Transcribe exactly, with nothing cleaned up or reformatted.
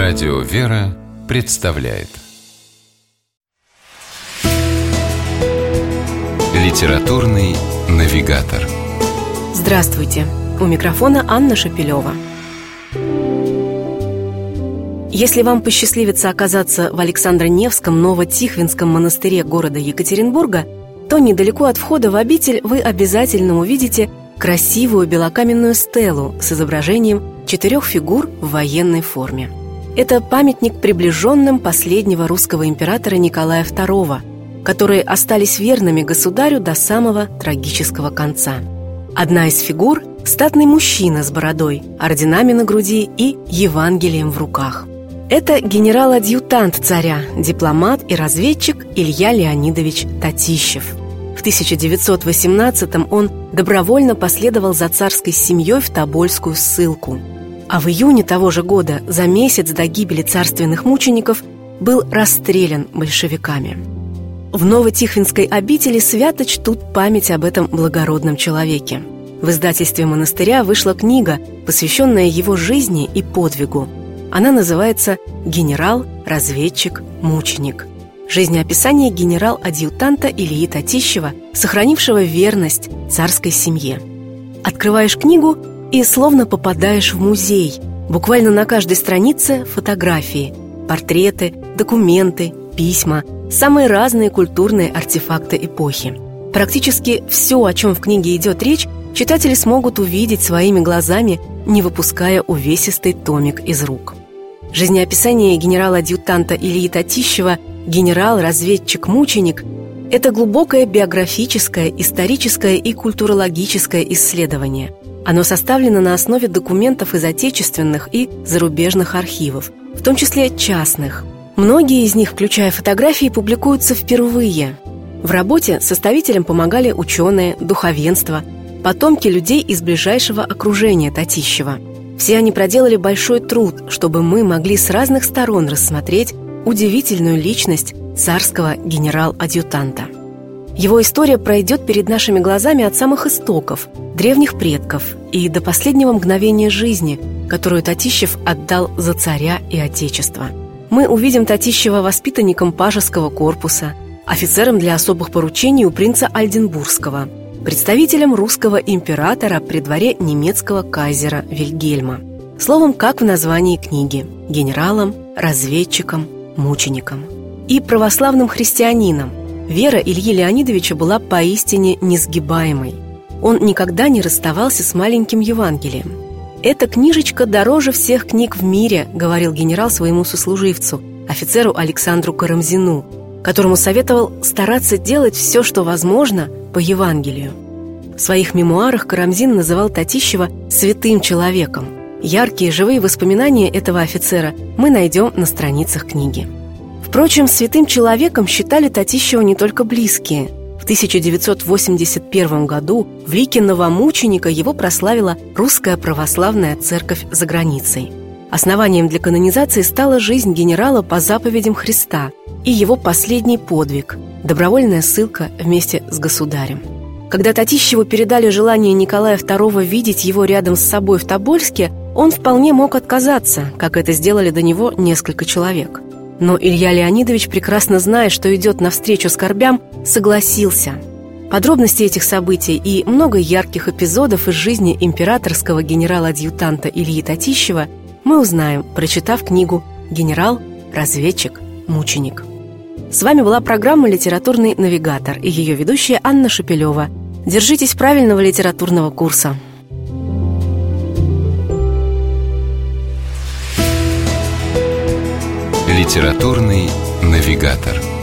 Радио «Вера» представляет Литературный навигатор. Здравствуйте! У микрофона Анна Шапилева. Если вам посчастливится оказаться в Александро-Невском Ново-Тихвинском монастыре города Екатеринбурга, то недалеко от входа в обитель вы обязательно увидите красивую белокаменную стелу с изображением четырех фигур в военной форме. Это памятник приближенным последнего русского императора Николая второго, которые остались верными государю до самого трагического конца. Одна из фигур – статный мужчина с бородой, орденами на груди и Евангелием в руках. Это генерал-адъютант царя, дипломат и разведчик Илья Леонидович Татищев. В тысяча девятьсот восемнадцатом он добровольно последовал за царской семьей в Тобольскую ссылку. А в июне того же года, за месяц до гибели царственных мучеников, был расстрелян большевиками. В Ново-Тихвинской обители свято чтут память об этом благородном человеке. В издательстве монастыря вышла книга, посвященная его жизни и подвигу. Она называется «Генерал, разведчик, мученик». Жизнеописание генерал-адъютанта Ильи Татищева, сохранившего верность царской семье. Открываешь книгу и словно попадаешь в музей. Буквально на каждой странице фотографии, портреты, документы, письма, самые разные культурные артефакты эпохи. Практически все, о чем в книге идет речь, читатели смогут увидеть своими глазами, не выпуская увесистый томик из рук. Жизнеописание генерала-адъютанта Ильи Татищева «Генерал, разведчик, мученик» – это глубокое биографическое, историческое и культурологическое исследование. Оно составлено на основе документов из отечественных и зарубежных архивов, в том числе частных. Многие из них, включая фотографии, публикуются впервые. В работе составителям помогали ученые, духовенство, потомки людей из ближайшего окружения Татищева. Все они проделали большой труд, чтобы мы могли с разных сторон рассмотреть удивительную личность царского генерал-адъютанта. Его история пройдет перед нашими глазами от самых истоков, древних предков и до последнего мгновения жизни, которую Татищев отдал за царя и отечество. Мы увидим Татищева воспитанником пажеского корпуса, офицером для особых поручений у принца Ольденбургского, представителем русского императора при дворе немецкого кайзера Вильгельма. Словом, как в названии книги – генералом, разведчиком, мучеником. И православным христианином. Вера Ильи Леонидовича была поистине несгибаемой. Он никогда не расставался с маленьким Евангелием. «Эта книжечка дороже всех книг в мире», – говорил генерал своему сослуживцу, офицеру Александру Карамзину, которому советовал стараться делать все, что возможно, по Евангелию. В своих мемуарах Карамзин называл Татищева «святым человеком». Яркие живые воспоминания этого офицера мы найдем на страницах книги. Впрочем, святым человеком считали Татищева не только близкие. В тысяча девятьсот восемьдесят первом году в лике новомученика его прославила Русская Православная Церковь за границей. Основанием для канонизации стала жизнь генерала по заповедям Христа и его последний подвиг – добровольная ссылка вместе с государем. Когда Татищеву передали желание Николая второго видеть его рядом с собой в Тобольске, он вполне мог отказаться, как это сделали до него несколько человек. Но Илья Леонидович, прекрасно зная, что идет навстречу скорбям, согласился. Подробности этих событий и много ярких эпизодов из жизни императорского генерала-адъютанта Ильи Татищева мы узнаем, прочитав книгу «Генерал, разведчик, мученик». С вами была программа «Литературный навигатор» и ее ведущая Анна Шапилева. Держитесь правильного литературного курса. Литературный навигатор.